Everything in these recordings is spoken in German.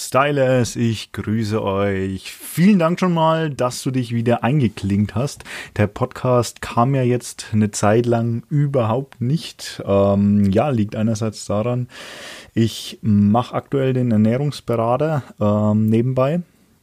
Stylers, ich grüße euch. Vielen Dank schon mal, dass du dich wieder eingeklinkt hast. Der Podcast kam ja jetzt eine Zeit lang überhaupt nicht. Liegt einerseits daran, ich mache aktuell den Ernährungsberater nebenbei.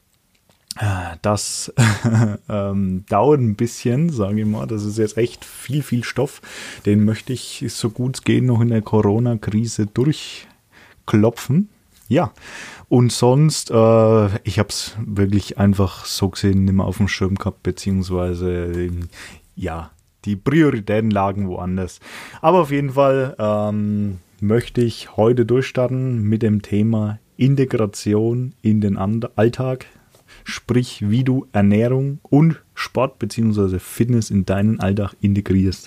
Das dauert ein bisschen, sage ich mal. Das ist jetzt echt viel Stoff. Den möchte ich, so gut es geht, noch in der Corona-Krise durchklopfen. Ja, und sonst, ich habe es wirklich einfach so gesehen nicht mehr auf dem Schirm gehabt, beziehungsweise, die Prioritäten lagen woanders. Aber auf jeden Fall möchte ich heute durchstarten mit dem Thema Integration in den Alltag. Sprich, wie du Ernährung und Sport bzw. Fitness in deinen Alltag integrierst.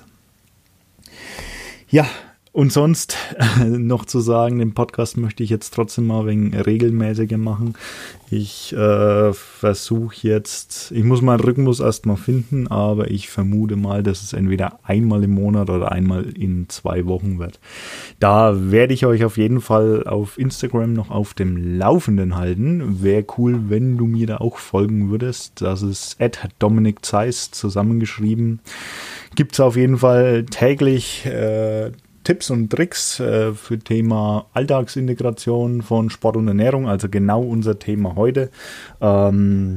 Ja, und sonst noch zu sagen, den Podcast möchte ich jetzt trotzdem mal ein wenig regelmäßiger machen. Ich versuche jetzt, ich muss meinen Rhythmus erstmal finden, aber ich vermute mal, dass es entweder einmal im Monat oder einmal in 2 Wochen wird. Da werde ich euch auf jeden Fall auf Instagram noch auf dem Laufenden halten. Wäre cool, wenn du mir da auch folgen würdest. Das ist @DominikZeis zusammengeschrieben. Gibt es auf jeden Fall täglich Tipps und Tricks für Thema Alltagsintegration von Sport und Ernährung, also genau unser Thema heute. Da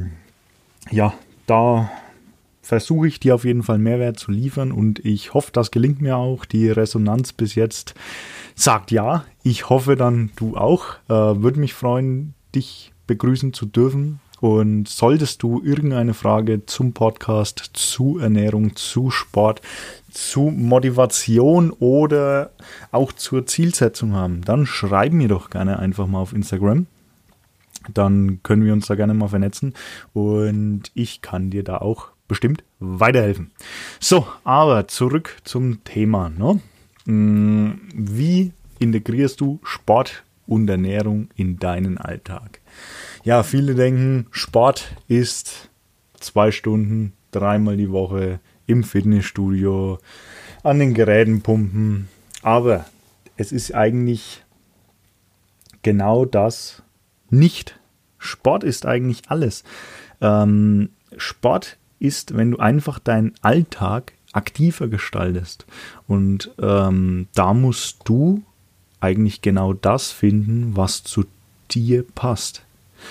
versuche ich dir auf jeden Fall Mehrwert zu liefern und ich hoffe, das gelingt mir auch. Die Resonanz bis jetzt sagt ja. Ich hoffe dann du auch. Würde mich freuen, dich begrüßen zu dürfen. Und solltest du irgendeine Frage zum Podcast, zu Ernährung, zu Sport, zu Motivation oder auch zur Zielsetzung haben, dann schreib mir doch gerne einfach mal auf Instagram. Dann können wir uns da gerne mal vernetzen und ich kann dir da auch bestimmt weiterhelfen. So, aber zurück zum Thema. Wie integrierst du Sport und Ernährung in deinen Alltag? Ja, viele denken, Sport ist 2 Stunden, 3-mal die Woche im Fitnessstudio, an den Geräten pumpen. Aber es ist eigentlich genau das nicht. Sport ist eigentlich alles. Sport ist, wenn du einfach deinen Alltag aktiver gestaltest. Und da musst du eigentlich genau das finden, was zu dir passt.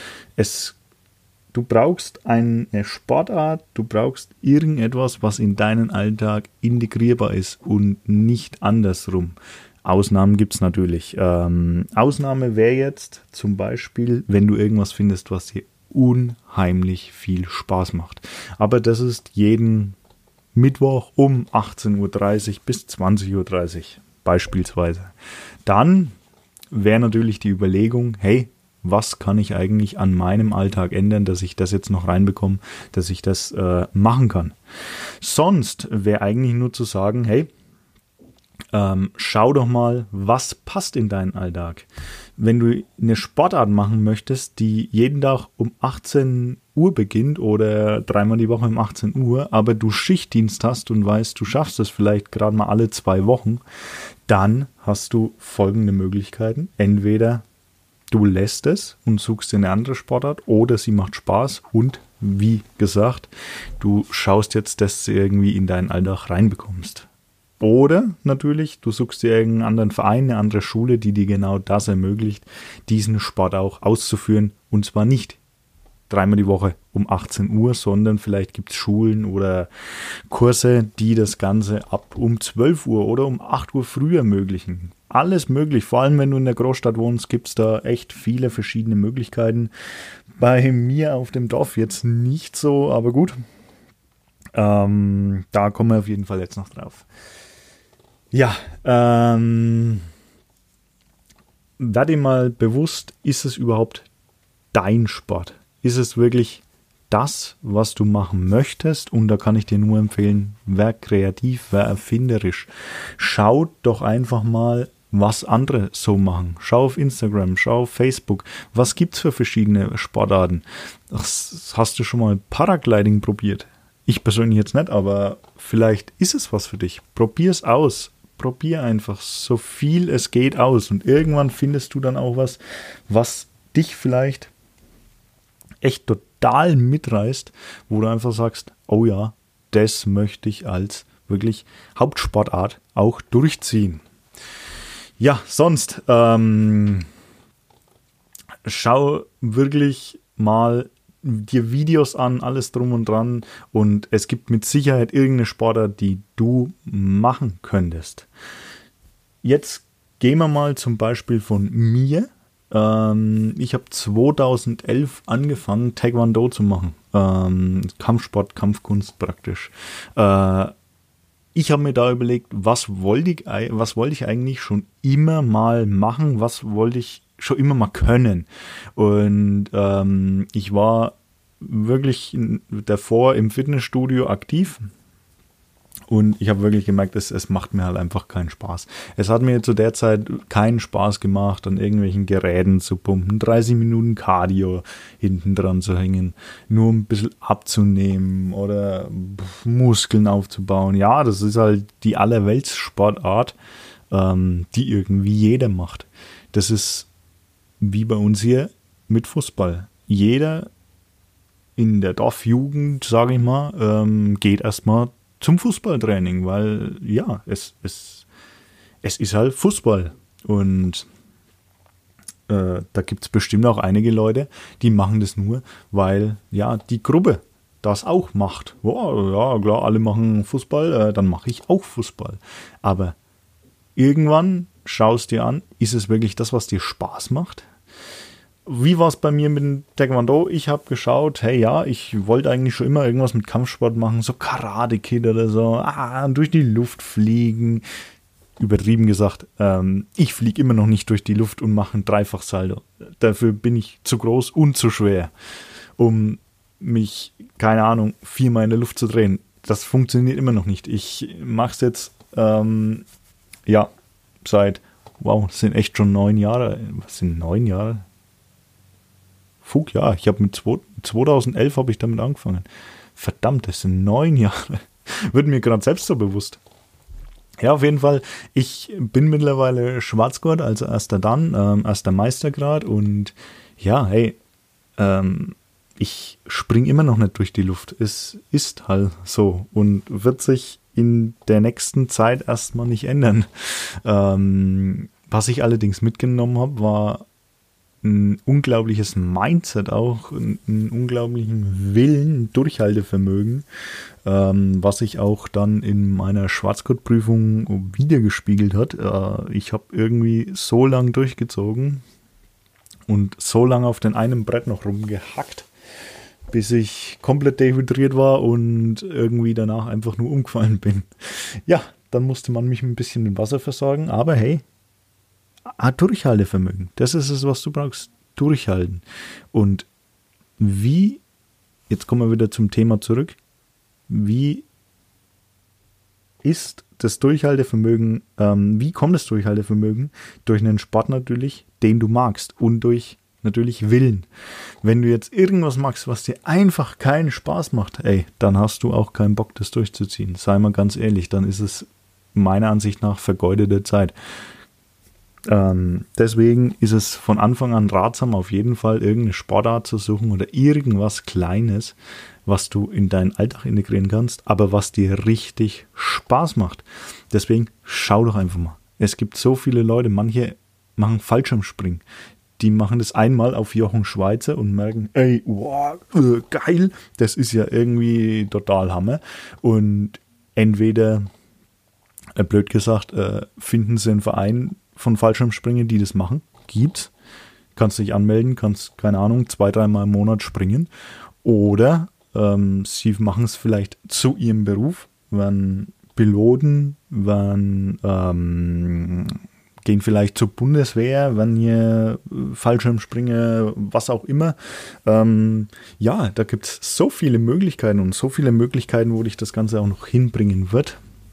Du brauchst eine Sportart, du brauchst irgendetwas, was in deinen Alltag integrierbar ist und nicht andersrum. Ausnahmen gibt es natürlich. Ausnahme wäre jetzt zum Beispiel, wenn du irgendwas findest, was dir unheimlich viel Spaß macht. Aber das ist jeden Mittwoch um 18:30 Uhr bis 20:30 Uhr beispielsweise. Dann wäre natürlich die Überlegung, hey, was kann ich eigentlich an meinem Alltag ändern, dass ich das jetzt noch reinbekomme, dass ich das machen kann. Sonst wäre eigentlich nur zu sagen, hey, schau doch mal, was passt in deinen Alltag. Wenn du eine Sportart machen möchtest, die jeden Tag um 18 Uhr beginnt oder 3-mal die Woche um 18 Uhr, aber du Schichtdienst hast und weißt, du schaffst es vielleicht gerade mal alle 2 Wochen, dann hast du folgende Möglichkeiten. Entweder du lässt es und suchst dir eine andere Sportart oder sie macht Spaß und wie gesagt, du schaust jetzt, dass du irgendwie in deinen Alltag reinbekommst. Oder natürlich, du suchst dir irgendeinen anderen Verein, eine andere Schule, die dir genau das ermöglicht, diesen Sport auch auszuführen und zwar nicht 3-mal die Woche um 18 Uhr, sondern vielleicht gibt es Schulen oder Kurse, die das Ganze ab um 12 Uhr oder um 8 Uhr früh ermöglichen. Alles möglich, vor allem wenn du in der Großstadt wohnst, gibt es da echt viele verschiedene Möglichkeiten. Bei mir auf dem Dorf jetzt nicht so, aber gut. Da kommen wir auf jeden Fall jetzt noch drauf. Ja, werde dir mal bewusst, ist es überhaupt dein Sport? Ist es wirklich das, was du machen möchtest? Und da kann ich dir nur empfehlen, wer kreativ, wer erfinderisch. Schaut doch einfach mal, was andere so machen. Schau auf Instagram, schau auf Facebook. Was gibt's für verschiedene Sportarten? Hast du schon mal Paragliding probiert? Ich persönlich jetzt nicht, aber vielleicht ist es was für dich. Probier's aus. Probier einfach so viel es geht aus. Und irgendwann findest du dann auch was dich vielleicht echt total mitreißt, wo du einfach sagst, oh ja, das möchte ich als wirklich Hauptsportart auch durchziehen. Ja, sonst schau wirklich mal dir Videos an, alles drum und dran, und es gibt mit Sicherheit irgendeine Sportart, die du machen könntest. Jetzt gehen wir mal zum Beispiel von mir. Ich habe 2011 angefangen, Taekwondo zu machen. Kampfsport, Kampfkunst praktisch. Ich habe mir da überlegt, was wollte ich eigentlich schon immer mal machen, was wollte ich schon immer mal können. Und ich war wirklich davor im Fitnessstudio aktiv. Und ich habe wirklich gemerkt, es macht mir halt einfach keinen Spaß. Es hat mir zu der Zeit keinen Spaß gemacht, an irgendwelchen Geräten zu pumpen, 30 Minuten Cardio hinten dran zu hängen, nur ein bisschen abzunehmen oder Muskeln aufzubauen. Ja, das ist halt die Allerweltssportart, die irgendwie jeder macht. Das ist wie bei uns hier mit Fußball. Jeder in der Dorfjugend, sage ich mal, geht erstmal zum Fußballtraining, weil ja, es ist halt Fußball. Und da gibt es bestimmt auch einige Leute, die machen das nur, weil ja die Gruppe das auch macht. Oh, ja, klar, alle machen Fußball, dann mache ich auch Fußball. Aber irgendwann schaust dir an, ist es wirklich das, was dir Spaß macht? Wie war es bei mir mit dem Taekwondo? Ich habe geschaut, hey ja, ich wollte eigentlich schon immer irgendwas mit Kampfsport machen, so Karate Kid oder so, durch die Luft fliegen. Übertrieben gesagt, ich fliege immer noch nicht durch die Luft und mache ein Dreifachsalto. Dafür bin ich zu groß und zu schwer, um mich, keine Ahnung, 4-mal in der Luft zu drehen. Das funktioniert immer noch nicht. Ich mache es jetzt, seit, das sind echt schon 9 Jahre. Was sind 9 Jahre? Ja, ich habe mit 2011 habe ich damit angefangen. Verdammt, das sind 9 Jahre. Wird mir gerade selbst so bewusst. Ja, auf jeden Fall, ich bin mittlerweile Schwarzgurt, also erster Meistergrad, und ja, hey, ich springe immer noch nicht durch die Luft. Es ist halt so und wird sich in der nächsten Zeit erstmal nicht ändern. Was ich allerdings mitgenommen habe, war ein unglaubliches Mindset auch, einen unglaublichen Willen, Durchhaltevermögen, was sich auch dann in meiner Schwarzgurtprüfung wiedergespiegelt hat. Ich habe irgendwie so lang durchgezogen und so lange auf den einen Brett noch rumgehackt, bis ich komplett dehydriert war und irgendwie danach einfach nur umgefallen bin. Ja, dann musste man mich ein bisschen mit Wasser versorgen, aber hey, Durchhaltevermögen. Das ist es, was du brauchst. Durchhalten. Und jetzt kommen wir wieder zum Thema zurück, wie ist das Durchhaltevermögen, wie kommt das Durchhaltevermögen? Durch einen Sport natürlich, den du magst, und durch natürlich Willen. Wenn du jetzt irgendwas magst, was dir einfach keinen Spaß macht, dann hast du auch keinen Bock, das durchzuziehen. Sei mal ganz ehrlich, dann ist es meiner Ansicht nach vergeudete Zeit. Deswegen ist es von Anfang an ratsam, auf jeden Fall irgendeine Sportart zu suchen oder irgendwas Kleines, was du in deinen Alltag integrieren kannst, aber was dir richtig Spaß macht. Deswegen schau doch einfach mal. Es gibt so viele Leute, manche machen Fallschirmspringen. Die machen das einmal auf Jochen Schweizer und merken, geil, das ist ja irgendwie total Hammer. Und entweder, blöd gesagt, finden sie einen Verein von Fallschirmspringen, die das machen. Gibt's. Kannst dich anmelden, kannst, keine Ahnung, 2-3 Mal im Monat springen. Oder sie machen es vielleicht zu ihrem Beruf, werden Piloten, gehen vielleicht zur Bundeswehr, wenn hier Fallschirmspringer, was auch immer. Da gibt es so viele Möglichkeiten und so viele Möglichkeiten, wo dich das Ganze auch noch hinbringen wird.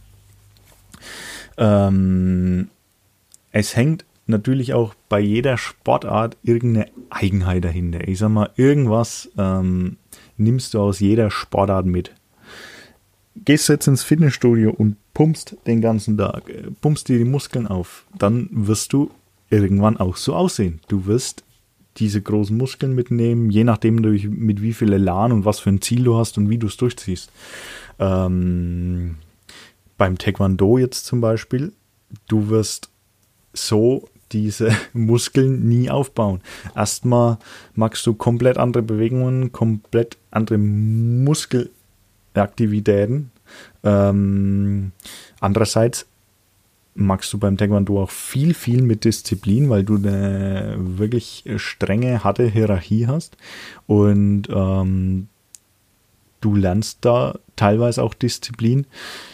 Es hängt natürlich auch bei jeder Sportart irgendeine Eigenheit dahinter. Ich sag mal, irgendwas nimmst du aus jeder Sportart mit. Gehst jetzt ins Fitnessstudio und pumpst den ganzen Tag, pumpst dir die Muskeln auf, dann wirst du irgendwann auch so aussehen. Du wirst diese großen Muskeln mitnehmen, je nachdem mit wie viel Elan und was für ein Ziel du hast und wie du es durchziehst. Beim Taekwondo jetzt zum Beispiel, du wirst so diese Muskeln nie aufbauen. Erstmal magst du komplett andere Bewegungen, komplett andere Muskelaktivitäten. Andererseits magst du beim Taekwondo auch viel, viel mit Disziplin, weil du eine wirklich strenge, harte Hierarchie hast und du lernst da teilweise auch Disziplin.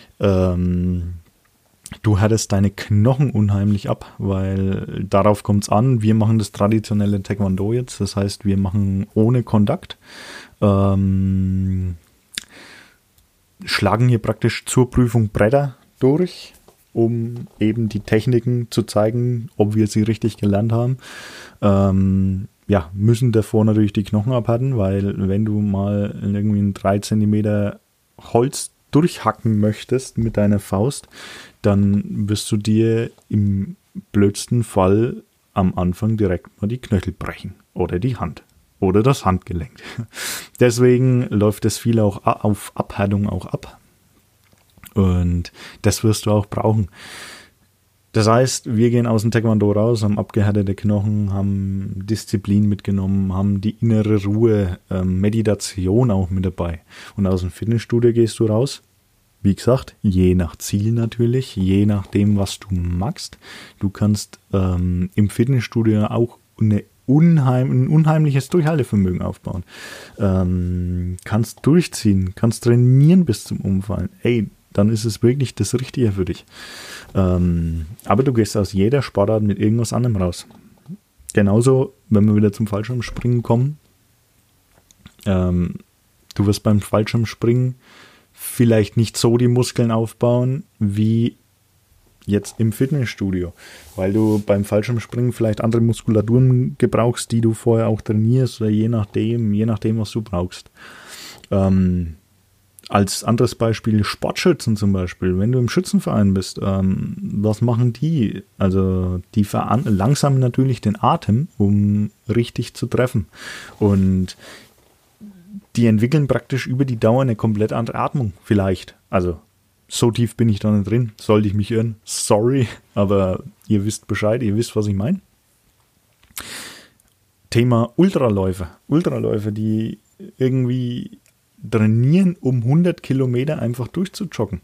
Du härtest deine Knochen unheimlich ab, weil darauf kommt es an. Wir machen das traditionelle Taekwondo jetzt, das heißt, wir machen ohne Kontakt. Schlagen hier praktisch zur Prüfung Bretter durch, um eben die Techniken zu zeigen, ob wir sie richtig gelernt haben. Müssen davor natürlich die Knochen abhärten, weil wenn du mal irgendwie ein 3 cm Holz durchhacken möchtest mit deiner Faust, dann wirst du dir im blödsten Fall am Anfang direkt mal die Knöchel brechen oder die Hand oder das Handgelenk. Deswegen läuft es viel auch auf Abhärtung auch ab. Und das wirst du auch brauchen. Das heißt, wir gehen aus dem Taekwondo raus, haben abgehärtete Knochen, haben Disziplin mitgenommen, haben die innere Ruhe, Meditation auch mit dabei. Und aus dem Fitnessstudio gehst du raus. Wie gesagt, je nach Ziel natürlich, je nachdem, was du magst. Du kannst im Fitnessstudio auch ein unheimliches Durchhaltevermögen aufbauen. Kannst durchziehen, kannst trainieren bis zum Umfallen. Ey, dann ist es wirklich das Richtige für dich. Aber du gehst aus jeder Sportart mit irgendwas anderem raus. Genauso, wenn wir wieder zum Fallschirmspringen kommen. Du wirst beim Fallschirmspringen vielleicht nicht so die Muskeln aufbauen wie jetzt im Fitnessstudio, weil du beim Fallschirmspringen vielleicht andere Muskulaturen gebrauchst, die du vorher auch trainierst oder je nachdem, was du brauchst. Als anderes Beispiel Sportschützen zum Beispiel. Wenn du im Schützenverein bist, was machen die? Also die verlangsamen natürlich den Atem, um richtig zu treffen. Und die entwickeln praktisch über die Dauer eine komplett andere Atmung vielleicht. Also so tief bin ich da nicht drin. Sollte ich mich irren? Sorry, aber ihr wisst Bescheid, ihr wisst, was ich meine. Thema Ultraläufer. Ultraläufer, die irgendwie trainieren, um 100 Kilometer einfach durchzujoggen.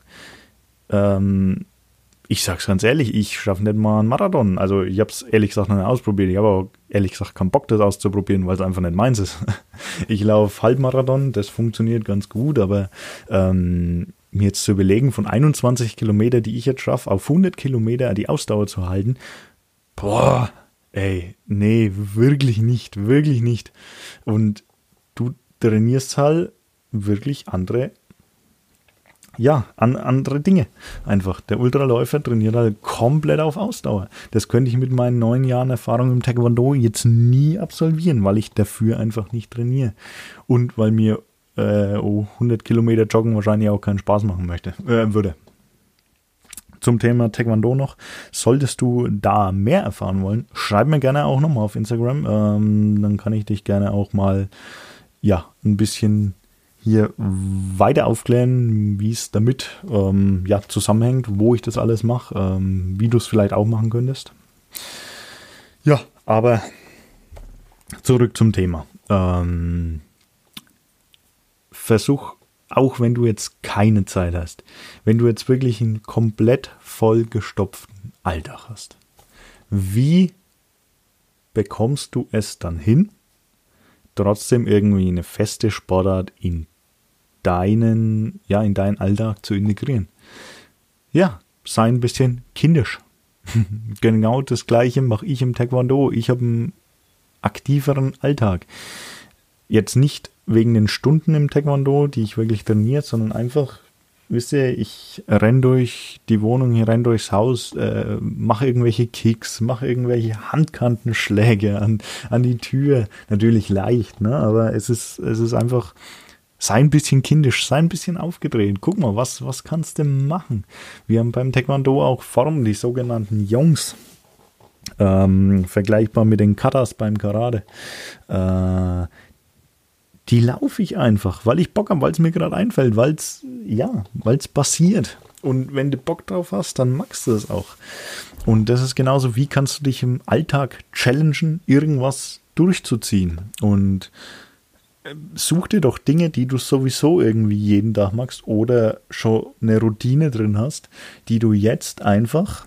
Ich sag's ganz ehrlich, ich schaffe nicht mal einen Marathon. Also ich habe es ehrlich gesagt noch nicht ausprobiert. Ich habe auch ehrlich gesagt keinen Bock, das auszuprobieren, weil es einfach nicht meins ist. Ich laufe Halbmarathon, das funktioniert ganz gut, aber mir jetzt zu überlegen, von 21 Kilometer, die ich jetzt schaffe, auf 100 Kilometer die Ausdauer zu halten, boah, ey, nee, wirklich nicht, wirklich nicht. Und du trainierst halt wirklich andere Dinge einfach. Der Ultraläufer trainiert halt komplett auf Ausdauer. Das könnte ich mit meinen 9 Jahren Erfahrung im Taekwondo jetzt nie absolvieren, weil ich dafür einfach nicht trainiere. Und weil mir 100 Kilometer Joggen wahrscheinlich auch keinen Spaß machen würde. Zum Thema Taekwondo noch, solltest du da mehr erfahren wollen, schreib mir gerne auch nochmal auf Instagram. Dann kann ich dich gerne auch mal ein bisschen hier weiter aufklären, wie es damit zusammenhängt, wo ich das alles mache, wie du es vielleicht auch machen könntest. Ja, aber zurück zum Thema. Versuch, auch wenn du jetzt keine Zeit hast, wenn du jetzt wirklich einen komplett vollgestopften Alltag hast, wie bekommst du es dann hin, trotzdem irgendwie eine feste Sportart in deinen Alltag zu integrieren? Ja, sei ein bisschen kindisch. Genau das Gleiche mache ich im Taekwondo. Ich habe einen aktiveren Alltag. Jetzt nicht wegen den Stunden im Taekwondo, die ich wirklich trainiere, sondern einfach, wisst ihr, ich renne durch die Wohnung, ich renne durchs Haus, mache irgendwelche Kicks, mache irgendwelche Handkantenschläge an die Tür. Natürlich leicht, ne? Aber es ist einfach, sei ein bisschen kindisch, sei ein bisschen aufgedreht. Guck mal, was kannst du machen? Wir haben beim Taekwondo auch Formen, die sogenannten Yongs. vergleichbar mit den Katas beim Karate. Die laufe ich einfach, weil ich Bock habe, weil es mir gerade einfällt, weil es passiert. Und wenn du Bock drauf hast, dann magst du es auch. Und das ist genauso, wie kannst du dich im Alltag challengen, irgendwas durchzuziehen. Und such dir doch Dinge, die du sowieso irgendwie jeden Tag machst oder schon eine Routine drin hast, die du jetzt einfach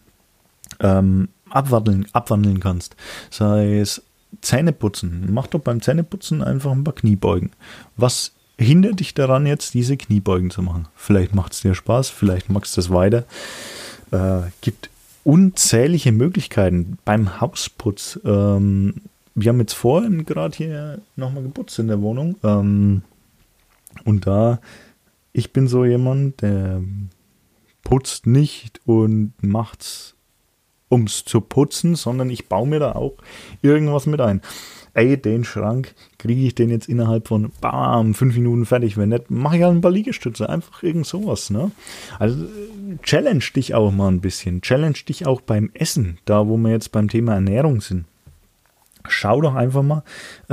abwandeln kannst. Sei es Zähneputzen. Mach doch beim Zähneputzen einfach ein paar Kniebeugen. Was hindert dich daran, jetzt diese Kniebeugen zu machen? Vielleicht macht es dir Spaß, vielleicht magst du es weiter. Gibt unzählige Möglichkeiten beim Hausputz. Wir haben jetzt vorhin gerade hier nochmal geputzt in der Wohnung. Und ich bin so jemand, der putzt nicht und macht's ums zu putzen, sondern ich baue mir da auch irgendwas mit ein. Ey, den Schrank, kriege ich den jetzt innerhalb von 5 Minuten fertig? Wenn nicht, mache ich halt ein paar Liegestütze. Einfach irgend sowas, ne? Also challenge dich auch mal ein bisschen. Challenge dich auch beim Essen, da wo wir jetzt beim Thema Ernährung sind. Schau doch einfach mal,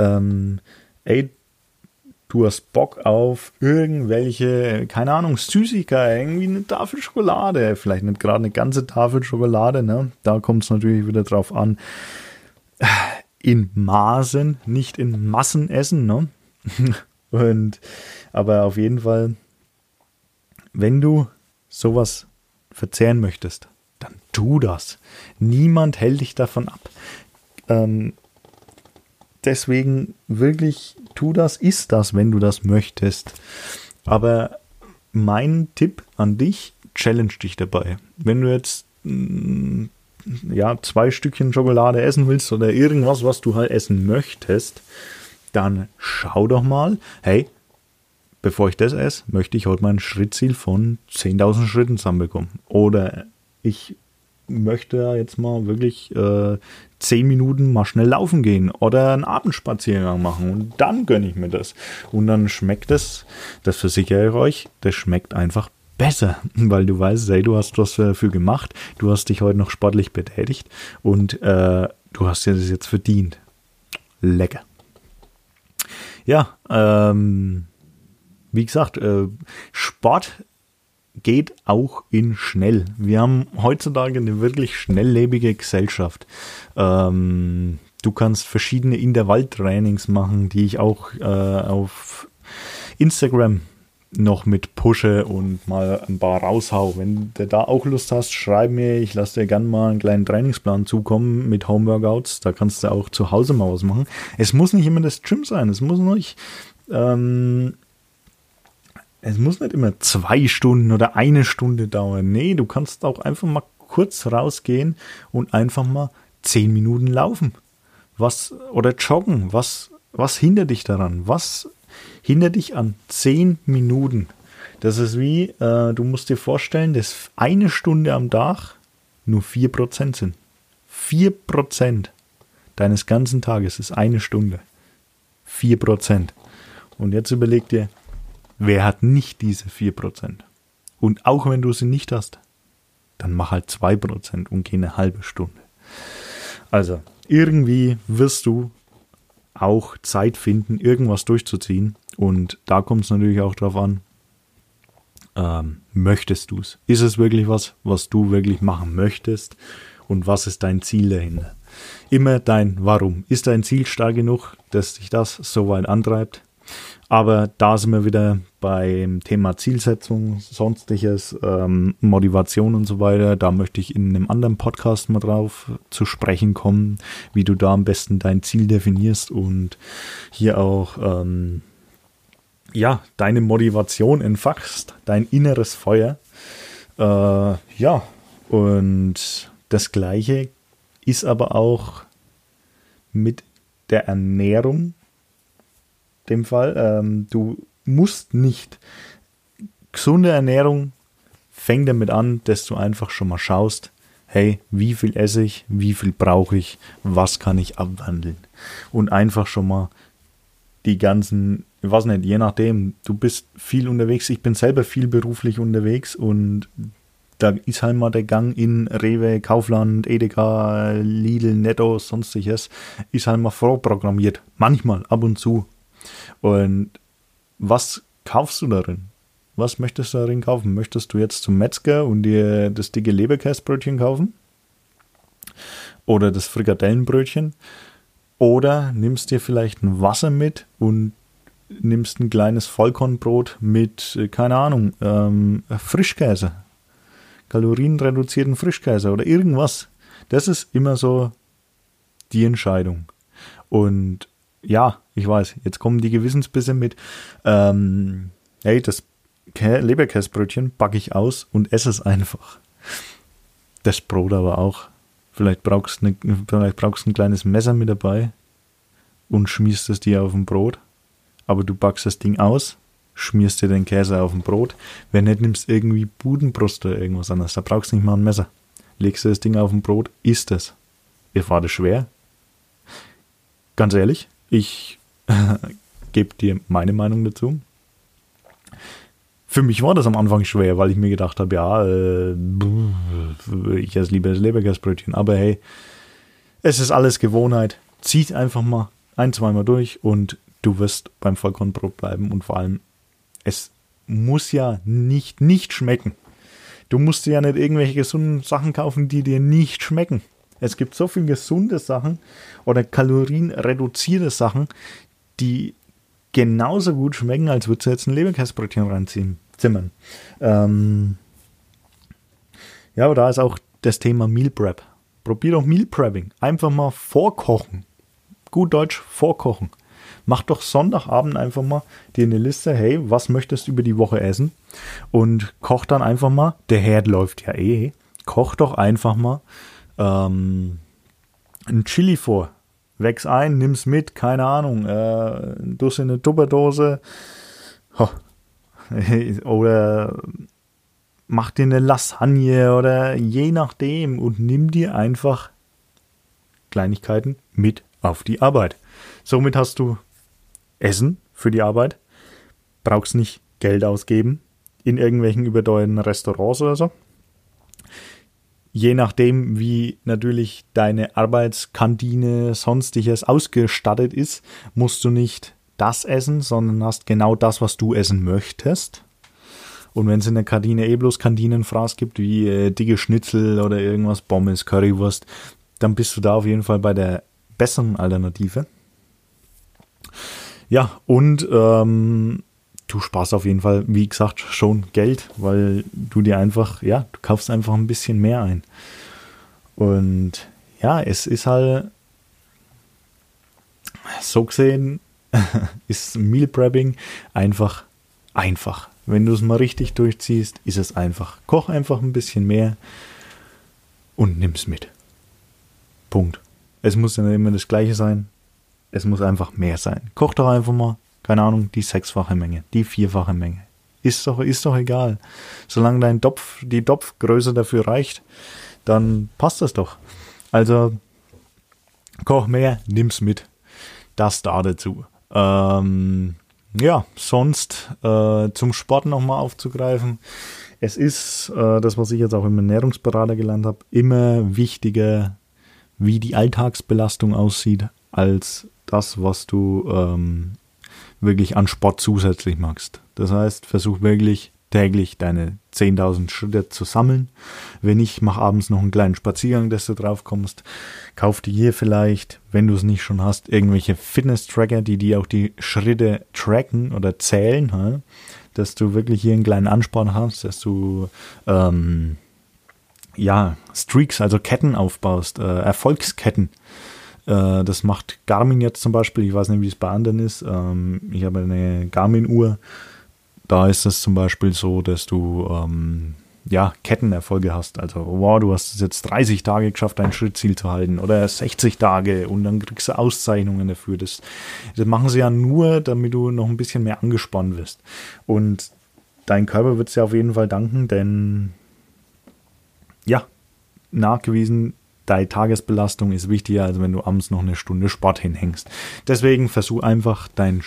du hast Bock auf irgendwelche, keine Ahnung, Süßigkeiten, irgendwie eine Tafel Schokolade, vielleicht nicht gerade eine ganze Tafel Schokolade, ne? Da kommt es natürlich wieder drauf an. In Maßen, nicht in Massen essen, ne? Aber auf jeden Fall, wenn du sowas verzehren möchtest, dann tu das. Niemand hält dich davon ab. Deswegen wirklich, tu das, isst das, wenn du das möchtest. Aber mein Tipp an dich, challenge dich dabei. Wenn du jetzt 2 Stückchen Schokolade essen willst oder irgendwas, was du halt essen möchtest, dann schau doch mal, hey, bevor ich das esse, möchte ich heute mal ein Schrittziel von 10.000 Schritten zusammenbekommen. Oder ich möchte jetzt mal wirklich 10 Minuten mal schnell laufen gehen oder einen Abendspaziergang machen und dann gönne ich mir das. Und dann schmeckt das versichere ich euch, das schmeckt einfach besser, weil du weißt, hey, du hast was dafür gemacht, du hast dich heute noch sportlich betätigt und du hast dir das jetzt verdient. Lecker. Ja, wie gesagt, Sport geht auch in schnell. Wir haben heutzutage eine wirklich schnelllebige Gesellschaft. Du kannst verschiedene Intervalltrainings machen, die ich auch auf Instagram noch mit pushe und mal ein paar raushau. Wenn du da auch Lust hast, schreib mir, ich lasse dir gerne mal einen kleinen Trainingsplan zukommen mit Homeworkouts. Da kannst du auch zu Hause mal was machen. Es muss nicht immer das Gym sein, es muss nicht immer 2 Stunden oder 1 Stunde dauern. Nee, du kannst auch einfach mal kurz rausgehen und einfach mal 10 Minuten laufen. Oder joggen. Was hindert dich daran? Was hindert dich an 10 Minuten? Das ist wie, du musst dir vorstellen, dass 1 Stunde am Tag nur 4% sind. 4% deines ganzen Tages ist 1 Stunde. 4%. Und jetzt überleg dir, wer hat nicht diese 4%? Und auch wenn du sie nicht hast, dann mach halt 2% und geh eine halbe Stunde. Also, irgendwie wirst du auch Zeit finden, irgendwas durchzuziehen. Und da kommt es natürlich auch drauf an, möchtest du es? Ist es wirklich was du wirklich machen möchtest? Und was ist dein Ziel dahinter? Immer dein Warum. Ist dein Ziel stark genug, dass dich das so weit antreibt? Aber da sind wir wieder beim Thema Zielsetzung, sonstiges, Motivation und so weiter. Da möchte ich in einem anderen Podcast mal drauf zu sprechen kommen, wie du da am besten dein Ziel definierst und hier auch deine Motivation entfachst, dein inneres Feuer. Und das Gleiche ist aber auch mit der Ernährung dem Fall. Du musst nicht. Gesunde Ernährung fängt damit an, dass du einfach schon mal schaust, hey, wie viel esse ich, wie viel brauche ich, was kann ich abwandeln. Und einfach schon mal die ganzen, ich weiß nicht, je nachdem, du bist viel unterwegs, ich bin selber viel beruflich unterwegs und da ist halt mal der Gang in Rewe, Kaufland, Edeka, Lidl, Netto, sonstiges, ist halt mal vorprogrammiert. Manchmal, ab und zu. Und was kaufst du darin? Was möchtest du darin kaufen? Möchtest du jetzt zum Metzger und dir das dicke Leberkäsebrötchen kaufen? Oder das Frikadellenbrötchen? Oder nimmst dir vielleicht ein Wasser mit und nimmst ein kleines Vollkornbrot mit, keine Ahnung, Frischkäse. Kalorienreduzierten Frischkäse oder irgendwas. Das ist immer so die Entscheidung. Und ja, ich weiß, jetzt kommen die Gewissensbisse mit, hey, das Leberkäsebrötchen backe ich aus und esse es einfach. Das Brot aber auch. Vielleicht brauchst du ein kleines Messer mit dabei und schmierst es dir auf ein Brot. Aber du backst das Ding aus, schmierst dir den Käse auf ein Brot. Wenn nicht, nimmst irgendwie Budenbrust oder irgendwas anderes. Da brauchst du nicht mal ein Messer. Legst du das Ding auf ein Brot, isst es. War das schwer? Ganz ehrlich, ich gebe dir meine Meinung dazu. Für mich war das am Anfang schwer, weil ich mir gedacht habe, ja, ich esse lieber das Leberkäsebrötchen. Aber hey, es ist alles Gewohnheit. Zieh einfach mal 1-2 Mal durch und du wirst beim Vollkornbrot bleiben. Und vor allem, es muss ja nicht schmecken. Du musst dir ja nicht irgendwelche gesunden Sachen kaufen, die dir nicht schmecken. Es gibt so viele gesunde Sachen oder kalorienreduzierte Sachen, die genauso gut schmecken, als würdest du jetzt ein Leberkäsebrötchen reinzimmern. Ja, aber da ist auch das Thema Meal Prep. Probier doch Meal Prepping. Einfach mal vorkochen. Gut Deutsch, vorkochen. Mach doch Sonntagabend einfach mal dir eine Liste, hey, was möchtest du über die Woche essen? Und koch dann einfach mal, der Herd läuft ja eh, koch doch einfach mal ein Chili vor. Wäch's ein, nimm's mit, keine Ahnung, du in eine Tupperdose oder mach dir eine Lasagne oder je nachdem und nimm dir einfach Kleinigkeiten mit auf die Arbeit. Somit hast du Essen für die Arbeit, brauchst nicht Geld ausgeben in irgendwelchen überteuerten Restaurants oder so. Je nachdem, wie natürlich deine Arbeitskantine sonstiges ausgestattet ist, musst du nicht das essen, sondern hast genau das, was du essen möchtest. Und wenn es in der Kantine bloß Kantinenfraß gibt, wie dicke Schnitzel oder irgendwas, Pommes, Currywurst, dann bist du da auf jeden Fall bei der besseren Alternative. Ja, und du sparst auf jeden Fall, wie gesagt, schon Geld, weil du dir einfach, ja, du kaufst einfach ein bisschen mehr ein. Und ja, es ist halt so gesehen, ist Meal Prepping einfach. Wenn du es mal richtig durchziehst, ist es einfach. Koch einfach ein bisschen mehr und nimm's mit. Punkt. Es muss ja nicht immer das Gleiche sein. Es muss einfach mehr sein. Koch doch einfach mal, keine Ahnung, die 6-fache Menge, die 4-fache Menge. Ist doch egal. Solange die Topfgröße dafür reicht, dann passt das doch. Also, koch mehr, nimm's mit. Das da dazu. Ja, sonst zum Sport nochmal aufzugreifen. Es ist, das was ich jetzt auch im Ernährungsberater gelernt habe, immer wichtiger, wie die Alltagsbelastung aussieht, als das, was du wirklich an Sport zusätzlich machst. Das heißt, versuch wirklich täglich deine 10.000 Schritte zu sammeln. Wenn nicht, mach abends noch einen kleinen Spaziergang, dass du drauf kommst. Kauf dir hier vielleicht, wenn du es nicht schon hast, irgendwelche Fitness-Tracker, die auch die Schritte tracken oder zählen, dass du wirklich hier einen kleinen Ansporn hast, dass du Streaks, also Ketten aufbaust, Erfolgsketten. Das macht Garmin jetzt zum Beispiel, ich weiß nicht, wie es bei anderen ist. Ich habe eine Garmin-Uhr. Da ist es zum Beispiel so, dass du Kettenerfolge hast. Also, wow, du hast es jetzt 30 Tage geschafft, dein Schrittziel zu halten oder 60 Tage und dann kriegst du Auszeichnungen dafür. Das machen sie ja nur, damit du noch ein bisschen mehr angespannt wirst. Und dein Körper wird es ja auf jeden Fall danken, denn ja, nachgewiesen, deine Tagesbelastung ist wichtiger, als wenn du abends noch eine Stunde Sport hinhängst. Deswegen versuch einfach deinen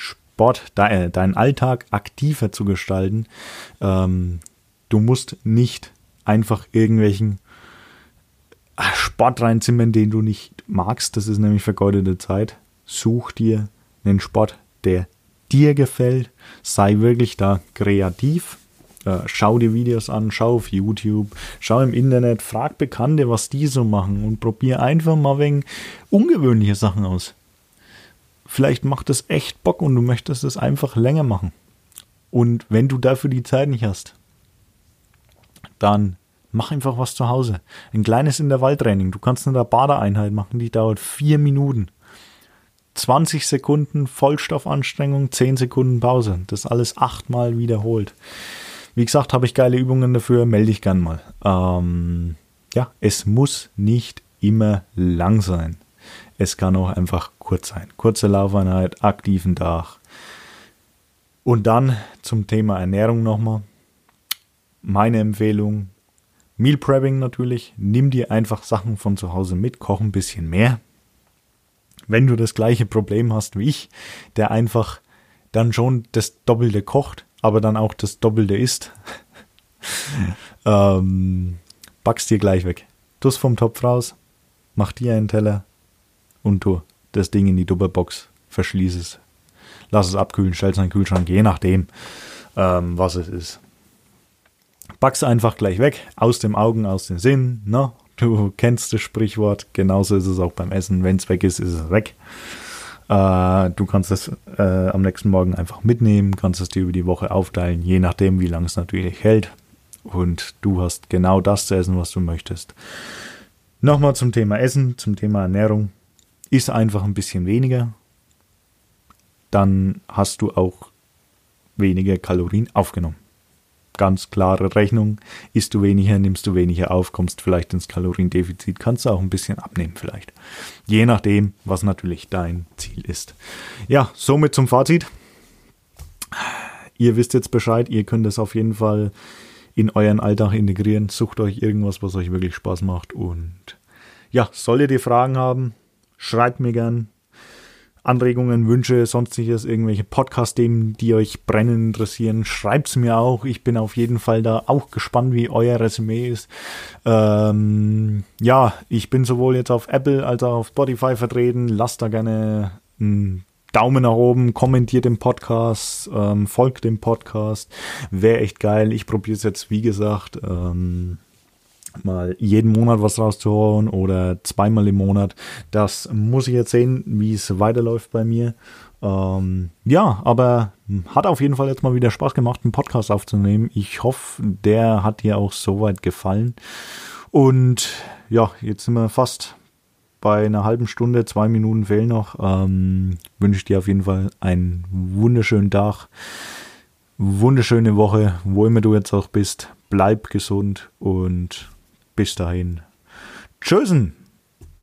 Alltag aktiver zu gestalten. Du musst nicht einfach irgendwelchen Sport reinzimmern, den du nicht magst. Das ist nämlich vergeudete Zeit. Such dir einen Sport, der dir gefällt. Sei wirklich da kreativ. Schau dir Videos an, schau auf YouTube, schau im Internet, frag Bekannte, was die so machen und probier einfach mal wegen ungewöhnliche Sachen aus. Vielleicht macht es echt Bock und du möchtest es einfach länger machen. Und wenn du dafür die Zeit nicht hast, dann mach einfach was zu Hause. Ein kleines Intervalltraining. Du kannst eine Tabata-Einheit machen, die dauert 4 Minuten. 20 Sekunden Vollstoffanstrengung, 10 Sekunden Pause. Das alles 8-mal wiederholt. Wie gesagt, habe ich geile Übungen dafür, melde ich gern mal. Es muss nicht immer lang sein. Es kann auch einfach kurz sein. Kurze Laufeinheit, aktiven Tag. Und dann zum Thema Ernährung nochmal. Meine Empfehlung, Meal Prepping natürlich. Nimm dir einfach Sachen von zu Hause mit, koch ein bisschen mehr. Wenn du das gleiche Problem hast wie ich, der einfach dann schon das Doppelte kocht, aber dann auch das Doppelte isst, backst dir gleich weg. Tu's vom Topf raus, mach dir einen Teller und tu das Ding in die Tupperbox, verschließ es, lass es abkühlen, stell's in den Kühlschrank, je nachdem, was es ist. Back's einfach gleich weg, aus dem Augen, aus den Sinn, ne? Du kennst das Sprichwort, genauso ist es auch beim Essen, wenn es weg ist, ist es weg. Du kannst es am nächsten Morgen einfach mitnehmen, kannst es dir über die Woche aufteilen, je nachdem, wie lange es natürlich hält. Und du hast genau das zu essen, was du möchtest. Nochmal zum Thema Essen, zum Thema Ernährung. Iss einfach ein bisschen weniger. Dann hast du auch weniger Kalorien aufgenommen. Ganz klare Rechnung. Isst du weniger, nimmst du weniger auf, kommst vielleicht ins Kaloriendefizit, kannst du auch ein bisschen abnehmen vielleicht. Je nachdem, was natürlich dein Ziel ist. Ja, somit zum Fazit. Ihr wisst jetzt Bescheid, ihr könnt es auf jeden Fall in euren Alltag integrieren. Sucht euch irgendwas, was euch wirklich Spaß macht. Und ja, solltet ihr Fragen haben, schreibt mir gern. Anregungen, Wünsche, sonstiges, irgendwelche Podcast-Themen, die euch brennend interessieren, schreibt's mir auch. Ich bin auf jeden Fall da auch gespannt, wie euer Resümee ist. Ich bin sowohl jetzt auf Apple als auch auf Spotify vertreten. Lasst da gerne einen Daumen nach oben, kommentiert den Podcast, folgt dem Podcast. Wäre echt geil. Ich probiere es jetzt, wie gesagt, mal jeden Monat was rauszuhauen oder 2-mal im Monat. Das muss ich jetzt sehen, wie es weiterläuft bei mir. Aber hat auf jeden Fall jetzt mal wieder Spaß gemacht, einen Podcast aufzunehmen. Ich hoffe, der hat dir auch soweit gefallen. Und ja, jetzt sind wir fast bei einer halben Stunde, 2 Minuten fehlen noch. Wünsche ich dir auf jeden Fall einen wunderschönen Tag, wunderschöne Woche, wo immer du jetzt auch bist. Bleib gesund und bis dahin. Tschüssen!